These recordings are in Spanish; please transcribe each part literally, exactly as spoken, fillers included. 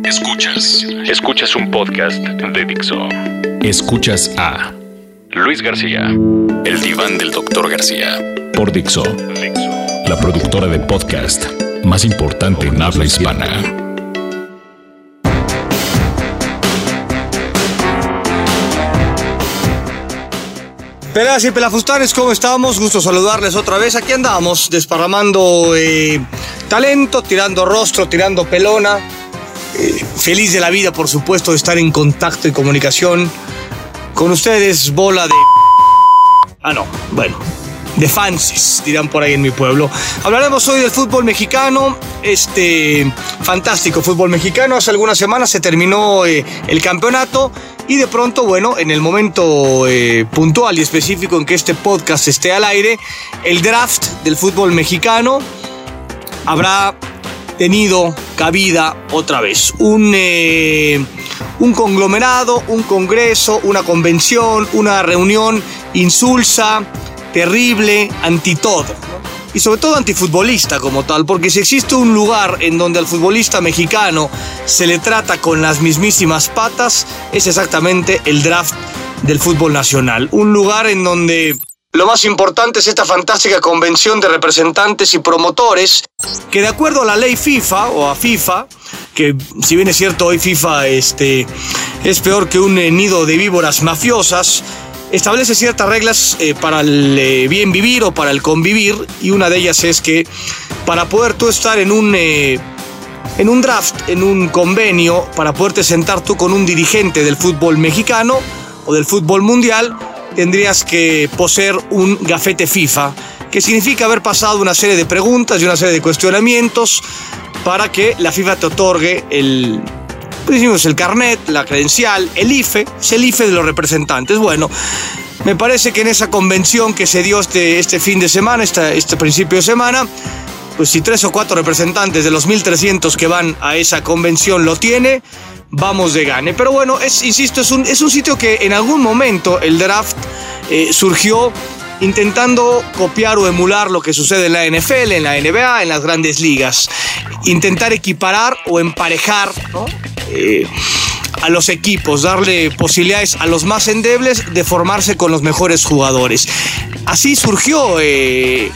Escuchas. Escuchas un podcast de Dixo. Escuchas a Luis García, el diván del doctor García. Por Dixo, la productora de podcast más importante en habla hispana. Pelas y pelafustanes, ¿cómo estamos? Gusto saludarles otra vez. Aquí andamos desparramando eh, talento, tirando rostro, tirando pelona. Eh, feliz de la vida, por supuesto, de estar en contacto y comunicación con ustedes, bola de... Ah, no, bueno, de fanses, dirán por ahí en mi pueblo. Hablaremos hoy del fútbol mexicano, este fantástico fútbol mexicano. Hace algunas semanas se terminó eh, el campeonato y de pronto, bueno, en el momento eh, puntual y específico en que este podcast esté al aire, el draft del fútbol mexicano habrá tenido cabida otra vez. Un, eh, un conglomerado, un congreso, una convención, una reunión insulsa, terrible, anti todo, ¿no? Y sobre todo antifutbolista como tal, porque si existe un lugar en donde al futbolista mexicano se le trata con las mismísimas patas, es exactamente el draft del fútbol nacional. Un lugar en donde lo más importante es esta fantástica convención de representantes y promotores que, de acuerdo a la ley FIFA o a FIFA, que si bien es cierto hoy FIFA este, es peor que un eh, nido de víboras mafiosas, establece ciertas reglas eh, para el eh, bien vivir o para el convivir, y una de ellas es que para poder tú estar en un, eh, en un draft, en un convenio, para poderte sentar tú con un dirigente del fútbol mexicano o del fútbol mundial, tendrías que poseer un gafete FIFA, que significa haber pasado una serie de preguntas y una serie de cuestionamientos para que la FIFA te otorgue el... Decimos el carnet, la credencial, el I F E, es el I F E de los representantes. Bueno, me parece que en esa convención que se dio este, este fin de semana, este, este principio de semana, pues si tres o cuatro representantes de los mil trescientos que van a esa convención lo tiene, vamos de gane. Pero bueno, es, insisto, es un, es un sitio que en algún momento el draft eh, surgió intentando copiar o emular lo que sucede en la N F L, en la N B A, en las grandes ligas. Intentar equiparar o emparejar, ¿no? Eh, a los equipos, darle posibilidades a los más endebles de formarse con los mejores jugadores. Así surgió eh,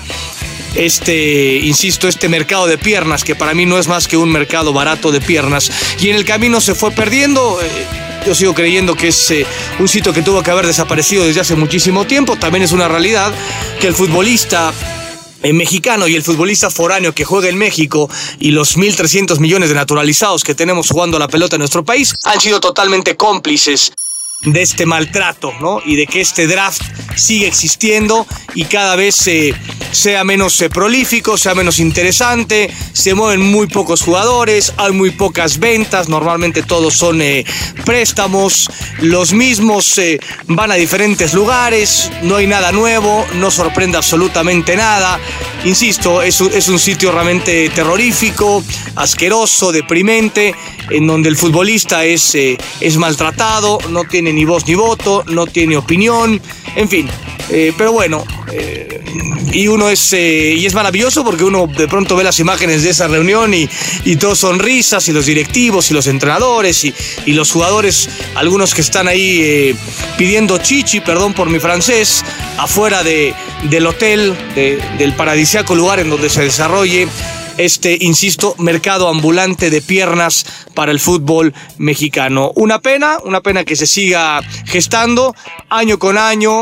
este, insisto, este mercado de piernas, que para mí no es más que un mercado barato de piernas, y en el camino se fue perdiendo. eh, Yo sigo creyendo que es eh, un sitio que tuvo que haber desaparecido desde hace muchísimo tiempo. También es una realidad que el futbolista el mexicano y el futbolista foráneo que juega en México y los mil trescientos millones de naturalizados que tenemos jugando la pelota en nuestro país han sido totalmente cómplices de este maltrato, ¿no? Y de que este draft sigue existiendo y cada vez eh, sea menos eh, prolífico, sea menos interesante, se mueven muy pocos jugadores, hay muy pocas ventas, normalmente todos son eh, préstamos, los mismos eh, van a diferentes lugares, no hay nada nuevo, no sorprende absolutamente nada. Insisto, es un, es un sitio realmente terrorífico, asqueroso, deprimente, en donde el futbolista es, eh, es maltratado, no tiene ni voz ni voto, no tiene opinión, en fin. Eh, pero bueno, eh, y uno es eh, y es maravilloso porque uno de pronto ve las imágenes de esa reunión y, y todo son risas, y los directivos y los entrenadores y, y los jugadores, algunos que están ahí eh, pidiendo chichi, perdón por mi francés, afuera de, del hotel, de, del paradisíaco lugar en donde se desarrolle este, insisto, mercado ambulante de piernas para el fútbol mexicano. Una pena, una pena que se siga gestando año con año.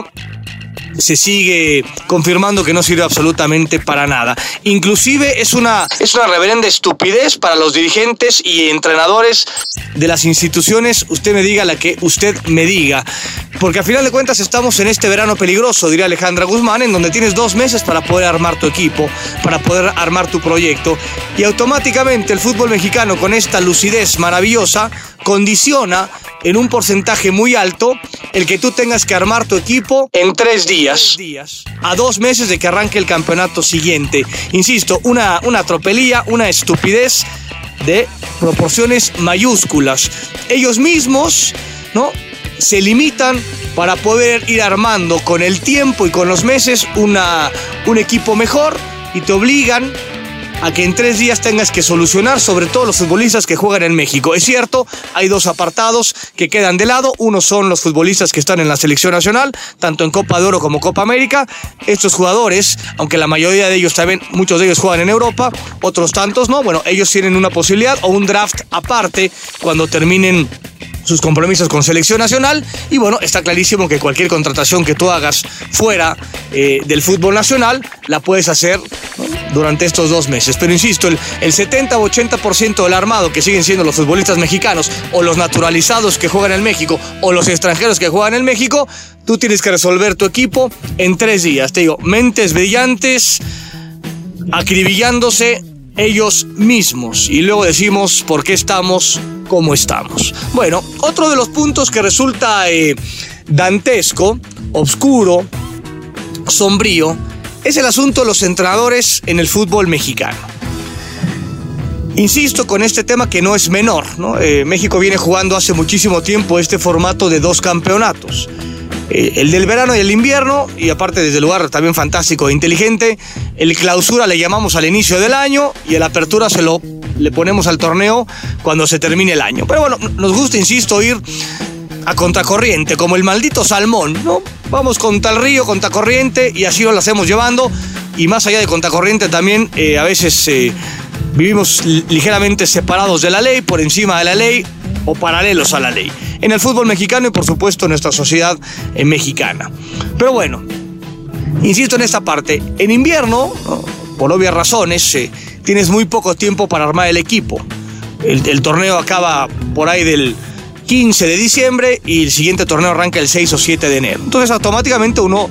Se sigue confirmando que no sirve absolutamente para nada. Inclusive es una, es una reverenda estupidez para los dirigentes y entrenadores de las instituciones, usted me diga la que usted me diga. Porque a final de cuentas estamos en este verano peligroso, diría Alejandra Guzmán, en donde tienes dos meses para poder armar tu equipo, para poder armar tu proyecto. Y automáticamente el fútbol mexicano, con esta lucidez maravillosa, condiciona en un porcentaje muy alto el que tú tengas que armar tu equipo en tres días, a dos meses de que arranque el campeonato siguiente. Insisto, una, una tropelía, una estupidez de proporciones mayúsculas. Ellos mismos, ¿no?, se limitan para poder ir armando con el tiempo y con los meses una, un equipo mejor, y te obligan a que en tres días tengas que solucionar, sobre todo los futbolistas que juegan en México. Es cierto, hay dos apartados que quedan de lado. Uno son los futbolistas que están en la selección nacional, tanto en Copa de Oro como Copa América. Estos jugadores, aunque la mayoría de ellos también, muchos de ellos juegan en Europa, otros tantos no, bueno, ellos tienen una posibilidad o un draft aparte cuando terminen sus compromisos con selección nacional. Y bueno, está clarísimo que cualquier contratación que tú hagas fuera eh, del fútbol nacional la puedes hacer, ¿no?, durante estos dos meses. Pero insisto, el, el setenta o ochenta por ciento del armado que siguen siendo los futbolistas mexicanos o los naturalizados que juegan en México o los extranjeros que juegan en México, tú tienes que resolver tu equipo en tres días. Te digo, mentes brillantes acribillándose ellos mismos y luego decimos por qué estamos como estamos. Bueno, otro de los puntos que resulta eh, dantesco, oscuro, sombrío, es el asunto de los entrenadores en el fútbol mexicano. Insisto con este tema que no es menor, ¿no? Eh, México viene jugando hace muchísimo tiempo este formato de dos campeonatos. Eh, el del verano y el invierno, y aparte desde el lugar también fantástico e inteligente, el clausura le llamamos al inicio del año y el apertura se lo le ponemos al torneo cuando se termine el año. Pero bueno, nos gusta, insisto, ir a contracorriente, como el maldito salmón, ¿no? Vamos contra el río, contra corriente, y así lo hacemos llevando. Y más allá de contracorriente también, eh, a veces eh, vivimos ligeramente separados de la ley, por encima de la ley o paralelos a la ley. En el fútbol mexicano y por supuesto en nuestra sociedad eh, mexicana. Pero bueno, insisto en esta parte. En invierno, ¿no?, por obvias razones, eh, tienes muy poco tiempo para armar el equipo. El, el torneo acaba por ahí del quince de diciembre y el siguiente torneo arranca el seis o siete de enero. Entonces automáticamente uno,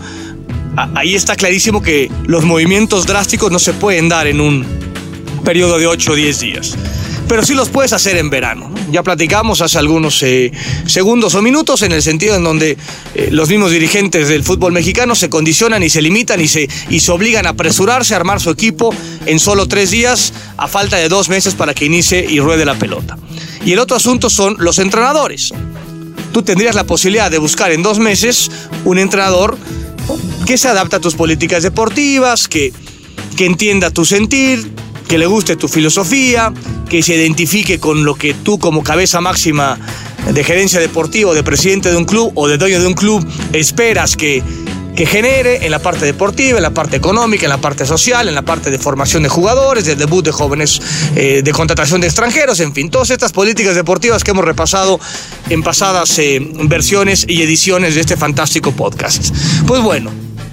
ahí está clarísimo que los movimientos drásticos no se pueden dar en un periodo de ocho o diez días. Pero sí los puedes hacer en verano, ¿no? Ya platicamos hace algunos eh, segundos o minutos en el sentido en donde eh, los mismos dirigentes del fútbol mexicano se condicionan y se limitan y se, y se obligan a apresurarse a armar su equipo en solo tres días a falta de dos meses para que inicie y ruede la pelota. Y el otro asunto son los entrenadores. Tú tendrías la posibilidad de buscar en dos meses un entrenador que se adapte a tus políticas deportivas, que, que entienda tu sentir, que le guste tu filosofía, que se identifique con lo que tú como cabeza máxima de gerencia deportiva o de presidente de un club o de dueño de un club esperas que, que genere en la parte deportiva, en la parte económica, en la parte social, en la parte de formación de jugadores, de debut de jóvenes, eh, de contratación de extranjeros, en fin, todas estas políticas deportivas que hemos repasado en pasadas eh, versiones y ediciones de este fantástico podcast. Pues bueno,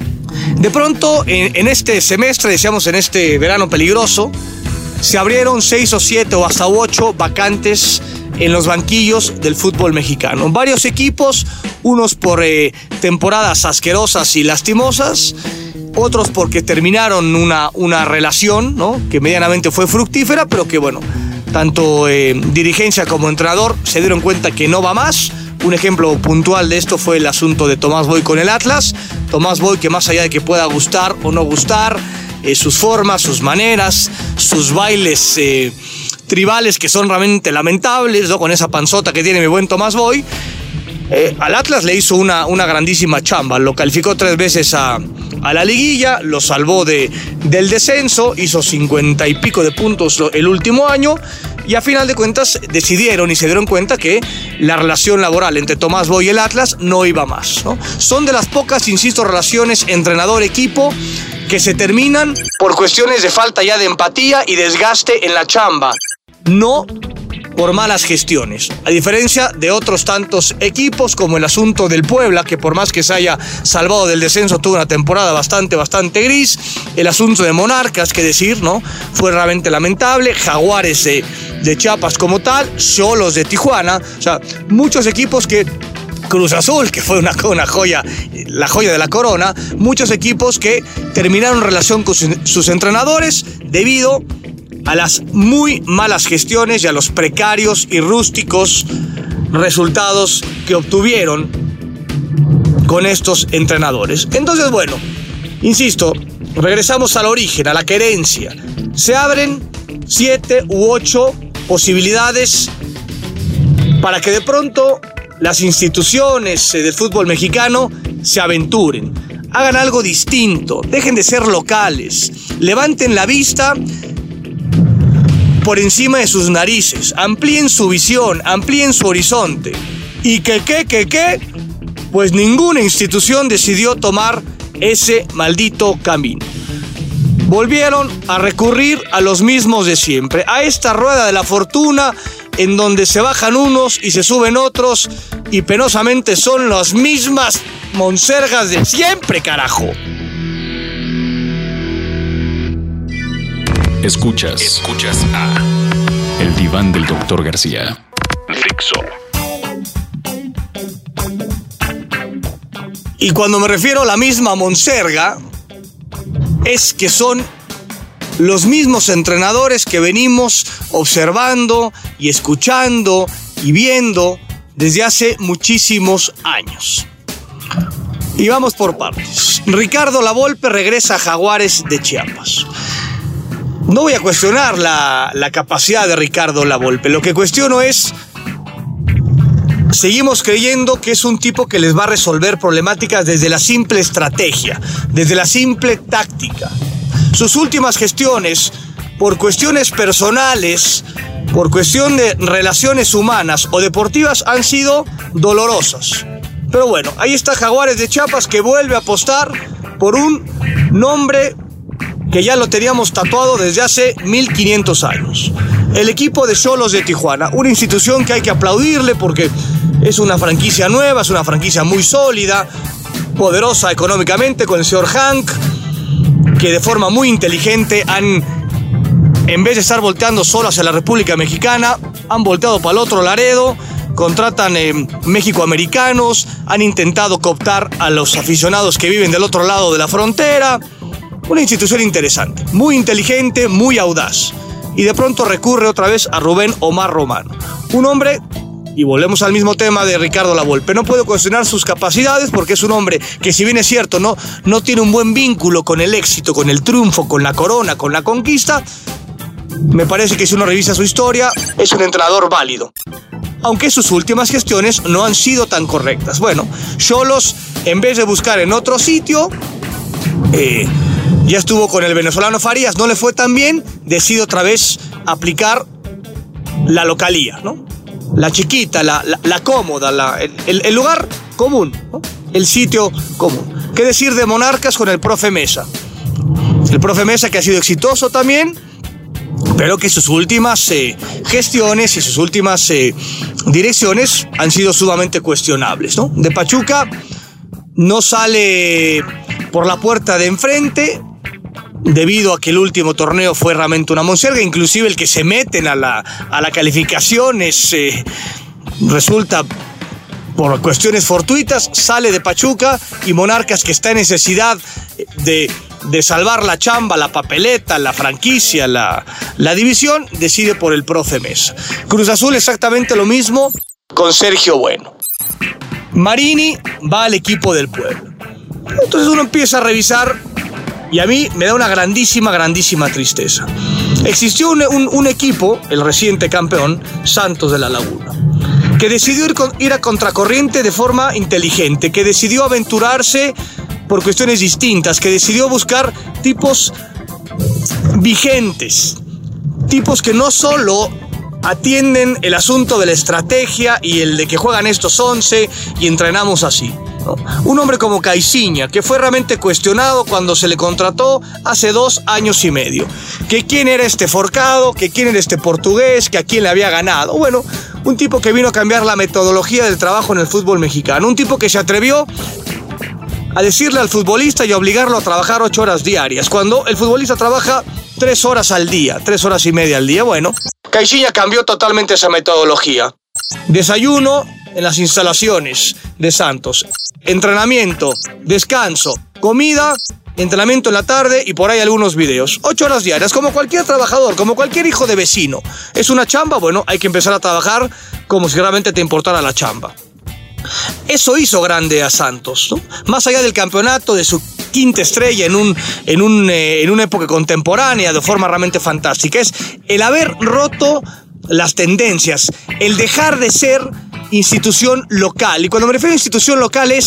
de pronto en, en este semestre, decíamos en este verano peligroso, se abrieron seis o siete o hasta ocho vacantes en los banquillos del fútbol mexicano. Varios equipos, unos por eh, temporadas asquerosas y lastimosas, otros porque terminaron una, una relación, ¿no?, que medianamente fue fructífera, pero que bueno, tanto eh, dirigencia como entrenador se dieron cuenta que no va más. Un ejemplo puntual de esto fue el asunto de Tomás Boy con el Atlas. Tomás Boy, que más allá de que pueda gustar o no gustar, eh, sus formas, sus maneras, sus bailes eh, tribales que son realmente lamentables, ¿no?, con esa panzota que tiene mi buen Tomás Boy, eh, al Atlas le hizo una, una grandísima chamba. Lo calificó tres veces a, a la liguilla, lo salvó de, del descenso, hizo cincuenta y pico de puntos el último año. Y a final de cuentas decidieron y se dieron cuenta que la relación laboral entre Tomás Boy y el Atlas no iba más, ¿no? Son de las pocas, insisto, relaciones entrenador-equipo que se terminan por cuestiones de falta ya de empatía y desgaste en la chamba, no por malas gestiones. A diferencia de otros tantos equipos, como el asunto del Puebla, que por más que se haya salvado del descenso, tuvo una temporada bastante, bastante gris. El asunto de Monarcas, que decir, ¿no?, fue realmente lamentable. Jaguares de, de Chiapas como tal, Xolos de Tijuana. O sea, muchos equipos que... Cruz Azul, que fue una, una joya, la joya de la corona. Muchos equipos que terminaron relación con sus, sus entrenadores debido a las muy malas gestiones y a los precarios y rústicos resultados que obtuvieron con estos entrenadores. Entonces, bueno, insisto, regresamos al origen, a la querencia. Se abren siete u ocho posibilidades para que de pronto las instituciones del fútbol mexicano se aventuren, hagan algo distinto, dejen de ser locales, levanten la vista por encima de sus narices, amplíen su visión, amplíen su horizonte. ¿Y qué, qué, qué, qué? Pues ninguna institución decidió tomar ese maldito camino. Volvieron a recurrir a los mismos de siempre, a esta rueda de la fortuna en donde se bajan unos y se suben otros y penosamente son las mismas monsergas de siempre, carajo. Escuchas, escuchas a El Diván del Doctor García. Dixo. Y cuando me refiero a la misma monserga, es que son los mismos entrenadores que venimos observando y escuchando y viendo desde hace muchísimos años. Y vamos por partes. Ricardo Lavolpe regresa a Jaguares de Chiapas. No voy a cuestionar la, la capacidad de Ricardo Lavolpe. Lo que cuestiono es, seguimos creyendo que es un tipo que les va a resolver problemáticas desde la simple estrategia, desde la simple táctica. Sus últimas gestiones, por cuestiones personales, por cuestión de relaciones humanas o deportivas, han sido dolorosas. Pero bueno, ahí está Jaguares de Chiapas, que vuelve a apostar por un nombre que ya lo teníamos tatuado desde hace mil quinientos años. El equipo de Xolos de Tijuana, una institución que hay que aplaudirle porque es una franquicia nueva, es una franquicia muy sólida, poderosa económicamente, con el señor Hank, que de forma muy inteligente han, en vez de estar volteando solo hacia la República Mexicana, han volteado para el otro Laredo, contratan eh, mexicoamericanos, han intentado cooptar a los aficionados que viven del otro lado de la frontera. Una institución interesante, muy inteligente, muy audaz. Y de pronto recurre otra vez a Rubén Omar Romano. Un hombre, y volvemos al mismo tema de Ricardo Lavolpe, no puedo cuestionar sus capacidades porque es un hombre que, si bien es cierto, no, no tiene un buen vínculo con el éxito, con el triunfo, con la corona, con la conquista, me parece que si uno revisa su historia, es un entrenador válido. Aunque sus últimas gestiones no han sido tan correctas. Bueno, Xolos, en vez de buscar en otro sitio, eh, ya estuvo con el venezolano Farías, no le fue tan bien, decide otra vez aplicar la localía, ¿no? La chiquita, la, la, la cómoda, la, el, el lugar común, ¿no? El sitio común. ¿Qué decir de Monarcas con el profe Mesa? El profe Mesa, que ha sido exitoso también, pero que sus últimas eh, gestiones y sus últimas eh, direcciones han sido sumamente cuestionables, ¿no? De Pachuca no sale por la puerta de enfrente, debido a que el último torneo fue realmente una monserga. Inclusive el que se meten a la, a la calificación es, eh, resulta por cuestiones fortuitas, sale de Pachuca, y Monarcas, que está en necesidad de, de salvar la chamba, la papeleta, la franquicia, la, la división, decide por el profe Mesa. Cruz Azul exactamente lo mismo con Sergio Bueno. Marini va al equipo del pueblo. Entonces uno empieza a revisar y a mí me da una grandísima, grandísima tristeza. Existió un, un, un equipo, el reciente campeón, Santos de la Laguna, que decidió ir, con, ir a contracorriente de forma inteligente, que decidió aventurarse por cuestiones distintas, que decidió buscar tipos vigentes, tipos que no solo atienden el asunto de la estrategia y el de que juegan estos once y entrenamos así, ¿no? Un hombre como Caixinha, que fue realmente cuestionado cuando se le contrató hace dos años y medio. Que quién era este forcado, que quién era este portugués, que a quién le había ganado. Bueno, un tipo que vino a cambiar la metodología del trabajo en el fútbol mexicano. Un tipo que se atrevió a decirle al futbolista y a obligarlo a trabajar ocho horas diarias, cuando el futbolista trabaja tres horas al día, tres horas y media al día. Bueno, Caixinha cambió totalmente esa metodología. Desayuno en las instalaciones de Santos, entrenamiento, descanso, comida, entrenamiento en la tarde y por ahí algunos videos. Ocho horas diarias, como cualquier trabajador, como cualquier hijo de vecino. ¿Es una chamba? Bueno, hay que empezar a trabajar como si realmente te importara la chamba. Eso hizo grande a Santos, ¿no? Más allá del campeonato, de su quinta estrella en, un, en, un, eh, en una época contemporánea de forma realmente fantástica, es el haber roto las tendencias, el dejar de ser institución local. Y cuando me refiero a institución local es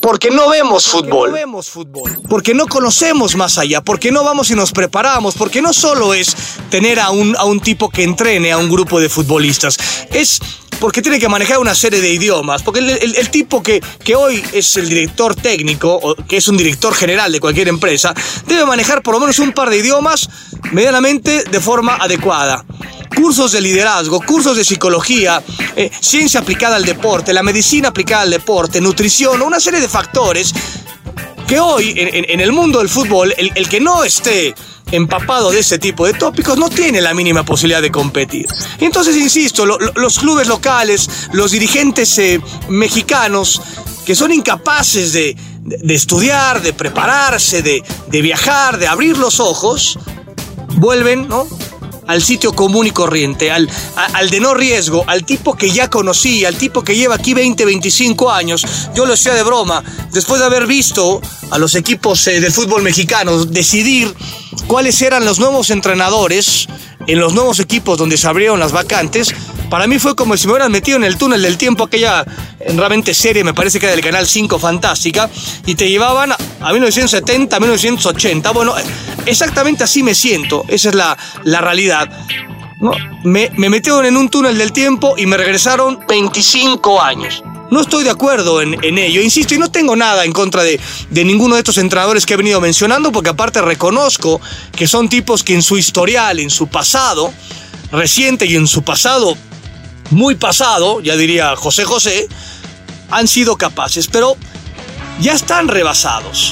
porque no vemos fútbol, porque no conocemos más allá, porque no vamos y nos preparamos, porque no solo es tener a un, a un tipo que entrene a un grupo de futbolistas, es porque tiene que manejar una serie de idiomas, porque el, el, el tipo que, que hoy es el director técnico, o que es un director general de cualquier empresa, debe manejar por lo menos un par de idiomas medianamente de forma adecuada. Cursos de liderazgo, cursos de psicología, eh, ciencia aplicada al deporte, la medicina aplicada al deporte, nutrición, una serie de factores que hoy en, en, en el mundo del fútbol, el, el que no esté empapado de ese tipo de tópicos no tiene la mínima posibilidad de competir. Y entonces, insisto, lo, lo, los clubes locales, los dirigentes eh, mexicanos que son incapaces de, de, de estudiar, de prepararse, de, de viajar, de abrir los ojos, vuelven, ¿no?, al sitio común y corriente, al, a, al de no riesgo, al tipo que ya conocí, al tipo que lleva aquí veinte, veinticinco años. Yo lo decía de broma, después de haber visto a los equipos eh, del fútbol mexicano decidir cuáles eran los nuevos entrenadores en los nuevos equipos donde se abrieron las vacantes, para mí fue como si me hubieran metido en el túnel del tiempo, aquella realmente serie, me parece que era del Canal cinco, fantástica, y te llevaban a mil novecientos setenta, a mil novecientos ochenta. Bueno, exactamente así me siento, esa es la, la realidad, ¿no? Me, me metieron en un túnel del tiempo y me regresaron veinticinco años. No estoy de acuerdo en, en ello, insisto, y no tengo nada en contra de, de ninguno de estos entrenadores que he venido mencionando, porque aparte reconozco que son tipos que en su historial, en su pasado reciente y en su pasado muy pasado, ya diría José José, han sido capaces, pero ya están rebasados.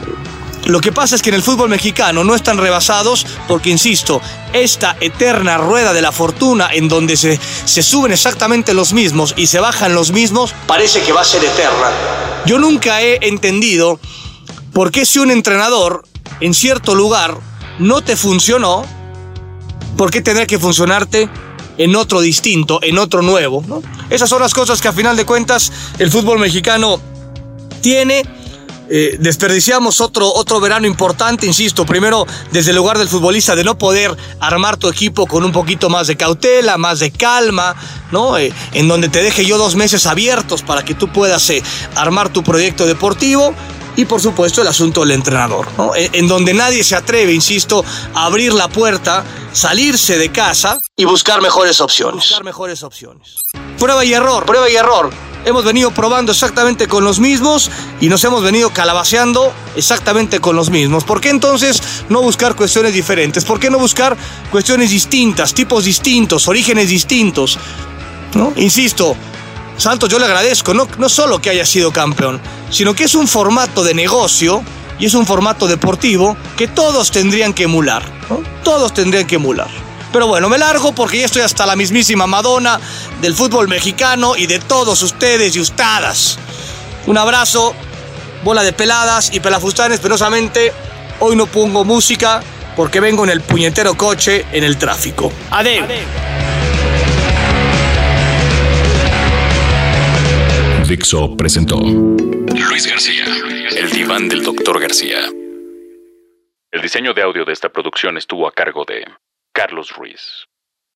Lo que pasa es que en el fútbol mexicano no están rebasados porque, insisto, esta eterna rueda de la fortuna en donde se, se suben exactamente los mismos y se bajan los mismos, parece que va a ser eterna. Yo nunca he entendido por qué si un entrenador en cierto lugar no te funcionó, ¿por qué tendrá que funcionarte en otro distinto, en otro nuevo, ¿no? Esas son las cosas que a final de cuentas el fútbol mexicano tiene. Eh, desperdiciamos otro, otro verano importante, insisto, primero desde el lugar del futbolista de no poder armar tu equipo con un poquito más de cautela, más de calma, ¿no? Eh, en donde te deje yo dos meses abiertos para que tú puedas eh, armar tu proyecto deportivo. Y por supuesto el asunto del entrenador, ¿no? En, en donde nadie se atreve, insisto, a abrir la puerta, salirse de casa y buscar mejores opciones. Buscar mejores opciones. Prueba y error, prueba y error. Hemos venido probando exactamente con los mismos y nos hemos venido calabaceando exactamente con los mismos. ¿Por qué entonces no buscar cuestiones diferentes? ¿Por qué no buscar cuestiones distintas, tipos distintos, orígenes distintos, ¿no? Insisto, Santos, yo le agradezco, no, no solo que haya sido campeón, sino que es un formato de negocio y es un formato deportivo que todos tendrían que emular, ¿no? Todos tendrían que emular. Pero bueno, me largo porque ya estoy hasta la mismísima Madonna del fútbol mexicano y de todos ustedes y ustedes. Un abrazo, bola de peladas y pelafustanes. Penosamente, hoy no pongo música porque vengo en el puñetero coche en el tráfico. Adeu. Adeu. Dixo presentó Luis García, el diván del doctor García. El diseño de audio de esta producción estuvo a cargo de Carlos Ruiz.